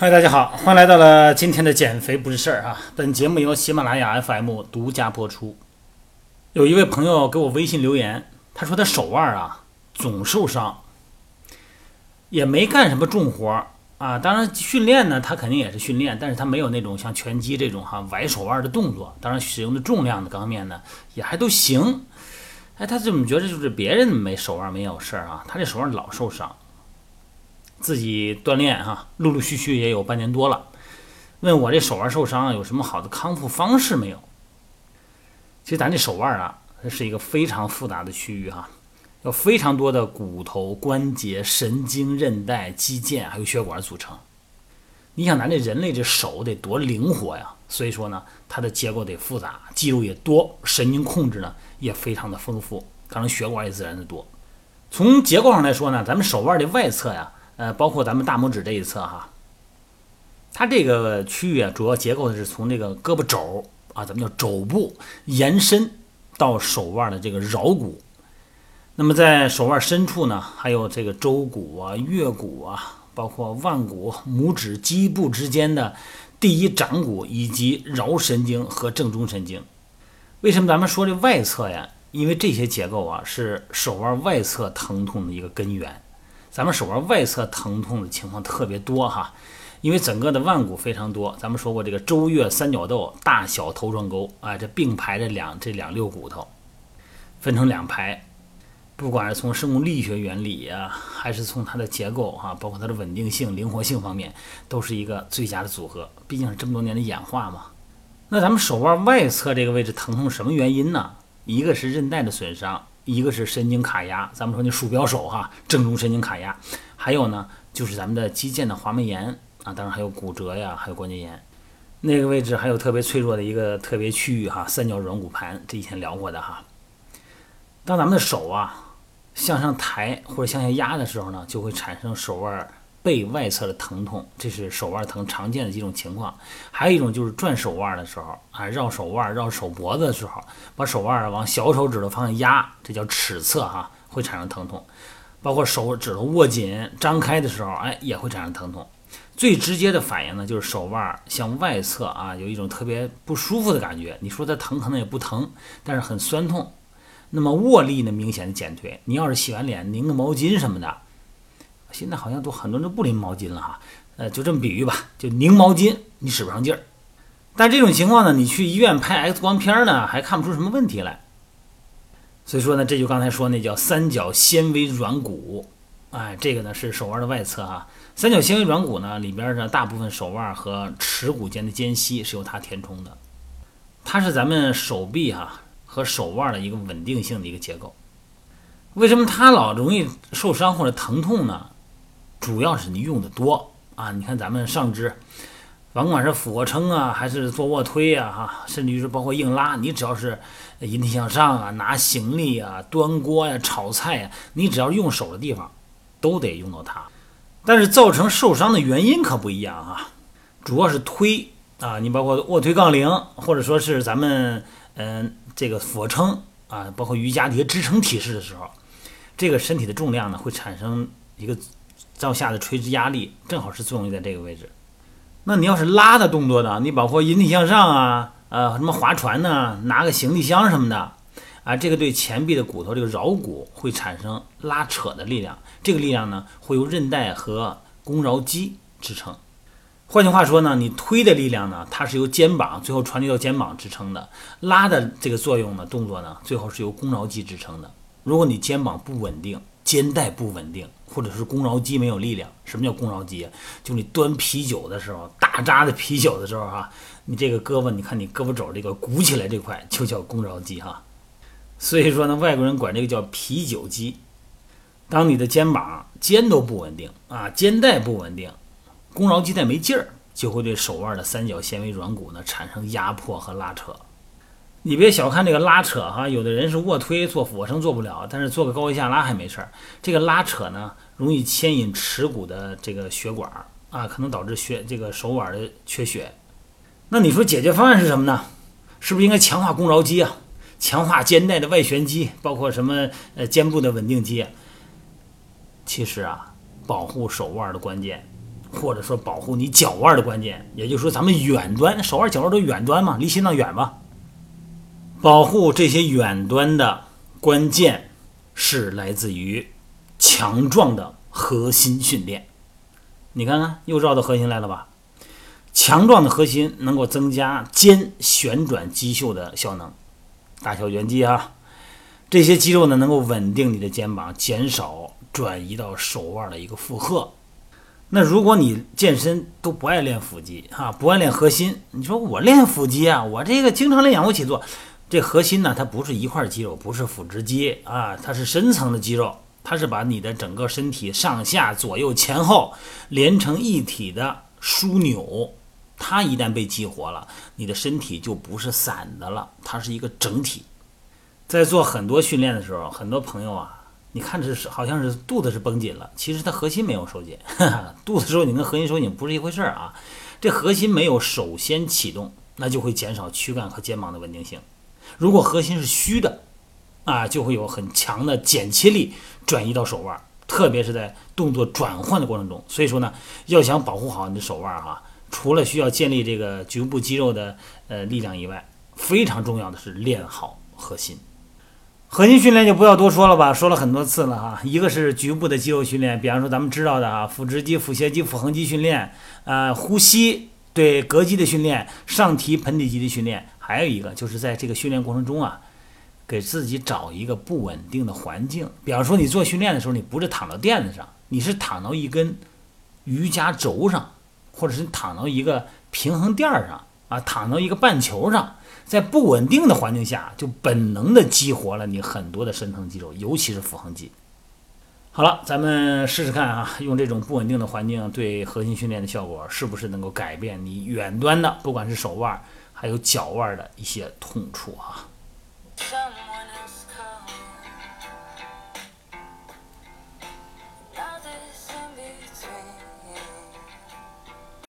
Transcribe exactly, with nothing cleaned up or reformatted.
嗨，大家好，欢迎来到了今天的减肥不是事儿啊！本节目由喜马拉雅 F M 独家播出。有一位朋友给我微信留言，他说他手腕啊总受伤，也没干什么重活啊。当然训练呢，他肯定也是训练，但是他没有那种像拳击这种哈崴手腕的动作。当然使用的重量的方面呢也还都行。哎，他怎么觉得就是别人没手腕没有事儿啊，他这手腕老受伤。自己锻炼哈，陆陆续续也有半年多了。问我这手腕受伤有什么好的康复方式没有？其实咱这手腕啊，它是一个非常复杂的区域哈，有非常多的骨头、关节、神经、韧带、肌腱还有血管组成。你想咱这人类这手得多灵活呀，所以说呢，它的结构得复杂，肌肉也多，神经控制呢也非常的丰富，当然血管也自然的多。从结构上来说呢，咱们手腕的外侧呀。呃，包括咱们大拇指这一侧哈，它这个区域啊，主要结构是从这个胳膊肘啊，咱们叫肘部延伸到手腕的这个桡骨。那么在手腕深处呢，还有这个舟骨啊、月骨啊，包括腕骨、拇指、基部之间的第一掌骨以及桡神经和正中神经。为什么咱们说这外侧呀？因为这些结构啊是手腕外侧疼痛的一个根源。咱们手腕外侧疼痛的情况特别多哈，因为整个的腕骨非常多。咱们说过这个舟月三角斗、大小头状沟啊，这并排着两这两溜骨头，分成两排。不管是从生物力学原理呀、啊，还是从它的结构哈，包括它的稳定性、灵活性方面，都是一个最佳的组合。毕竟是这么多年的演化嘛。那咱们手腕外侧这个位置疼痛什么原因呢？一个是韧带的损伤。一个是神经卡压，咱们说那鼠标手哈，正中神经卡压，还有呢就是咱们的肌腱的滑膜炎啊，当然还有骨折呀，还有关节炎。那个位置还有特别脆弱的一个特别区域哈，三角软骨盘，这以前聊过的哈。当咱们的手啊向上抬或者向下压的时候呢，就会产生手腕背外侧的疼痛，这是手腕疼常见的几种情况。还有一种就是转手腕的时候啊，绕手腕、绕手脖子的时候，把手腕往小手指头方向压，这叫尺侧哈，会产生疼痛。包括手指头握紧、张开的时候，哎，也会产生疼痛。最直接的反应呢，就是手腕向外侧啊，有一种特别不舒服的感觉。你说它疼，可能也不疼，但是很酸痛。那么握力呢，明显的减退。你要是洗完脸拧个毛巾什么的。现在好像都很多人都不拎毛巾了哈，呃，就这么比喻吧，就拧毛巾你使不上劲儿。但这种情况呢，你去医院拍 X 光片呢，还看不出什么问题来。所以说呢，这就刚才说那叫三角纤维软骨，哎，这个呢是手腕的外侧哈。三角纤维软骨呢里边呢大部分手腕和耻骨间的间隙是由它填充的，它是咱们手臂哈和手腕的一个稳定性的一个结构。为什么它老容易受伤或者疼痛呢？主要是你用的多啊！你看咱们上肢，甭管是俯卧撑啊，还是做卧推啊，哈，甚至于是包括硬拉，你只要是引体向上啊、拿行李啊、端锅呀、啊、炒菜呀、啊，你只要用手的地方，都得用到它。但是造成受伤的原因可不一样啊，主要是推啊，你包括卧推杠铃，或者说是咱们嗯、呃、这个俯卧撑啊，包括瑜伽这些支撑体式的时候，这个身体的重量呢会产生一个照下的垂直压力，正好是作用在这个位置。那你要是拉的动作呢，你包括引体向上啊，呃，什么划船呢，拿个行李箱什么的，啊，这个对前臂的骨头这个桡骨会产生拉扯的力量，这个力量呢会由韧带和肱桡肌支撑。换句话说呢，你推的力量呢，它是由肩膀最后传递到肩膀支撑的，拉的这个作用呢，动作呢，最后是由肱桡肌支撑的。如果你肩膀不稳定，肩带不稳定，或者是肱桡肌没有力量，什么叫肱桡肌？就你端啤酒的时候，大扎的啤酒的时候哈，你这个胳膊，你看你胳膊肘这个鼓起来这块就叫肱桡肌哈。所以说呢，外国人管这个叫啤酒肌。当你的肩膀肩都不稳定啊，肩带不稳定，肱桡肌带没劲儿，就会对手腕的三角纤维软骨呢产生压迫和拉扯。你别小看这个拉扯哈，有的人是卧推做俯卧撑做不了，但是做个高位下拉还没事儿。这个拉扯呢，容易牵引耻骨的这个血管啊，可能导致血这个手腕的缺血。那你说解决方案是什么呢？是不是应该强化肱桡肌啊，强化肩带的外旋肌，包括什么呃肩部的稳定肌？其实啊，保护手腕的关键或者说保护你脚腕的关键。也就是说，咱们远端手腕、脚腕都远端嘛，离心脏远吧。保护这些远端的关键是来自于强壮的核心训练。你看看，又绕到核心来了吧？强壮的核心能够增加肩旋转肌袖的效能，大小圆肌啊，这些肌肉呢能够稳定你的肩膀，减少转移到手腕的一个负荷。那如果你健身都不爱练腹肌啊，不爱练核心，你说我练腹肌啊，我这个经常练仰卧起坐，这核心呢它不是一块肌肉，不是腹直肌啊，它是深层的肌肉，它是把你的整个身体上下左右前后连成一体的枢纽。它一旦被激活了，你的身体就不是散的了，它是一个整体。在做很多训练的时候，很多朋友啊，你看着是好像是肚子是绷紧了，其实它核心没有收紧。哈哈，肚子收紧跟核心收紧不是一回事啊。这核心没有首先启动，那就会减少躯干和肩膀的稳定性。如果核心是虚的啊，就会有很强的剪切力转移到手腕，特别是在动作转换的过程中。所以说呢，要想保护好你的手腕哈、啊，除了需要建立这个局部肌肉的呃力量以外，非常重要的是练好核心。核心训练就不要多说了吧，说了很多次了哈。一个是局部的肌肉训练，比方说咱们知道的啊，腹直肌、腹斜肌、腹横肌训练，呃，呼吸对膈肌的训练，上提盆底肌的训练。还有一个就是在这个训练过程中啊，给自己找一个不稳定的环境。比方说你做训练的时候，你不是躺到垫子上，你是躺到一根瑜伽轴上，或者是躺到一个平衡垫上啊，躺到一个半球上，在不稳定的环境下，就本能的激活了你很多的深层肌肉，尤其是腹横肌。好了，咱们试试看啊，用这种不稳定的环境对核心训练的效果，是不是能够改变你远端的，不管是手腕还有脚腕的一些痛处啊？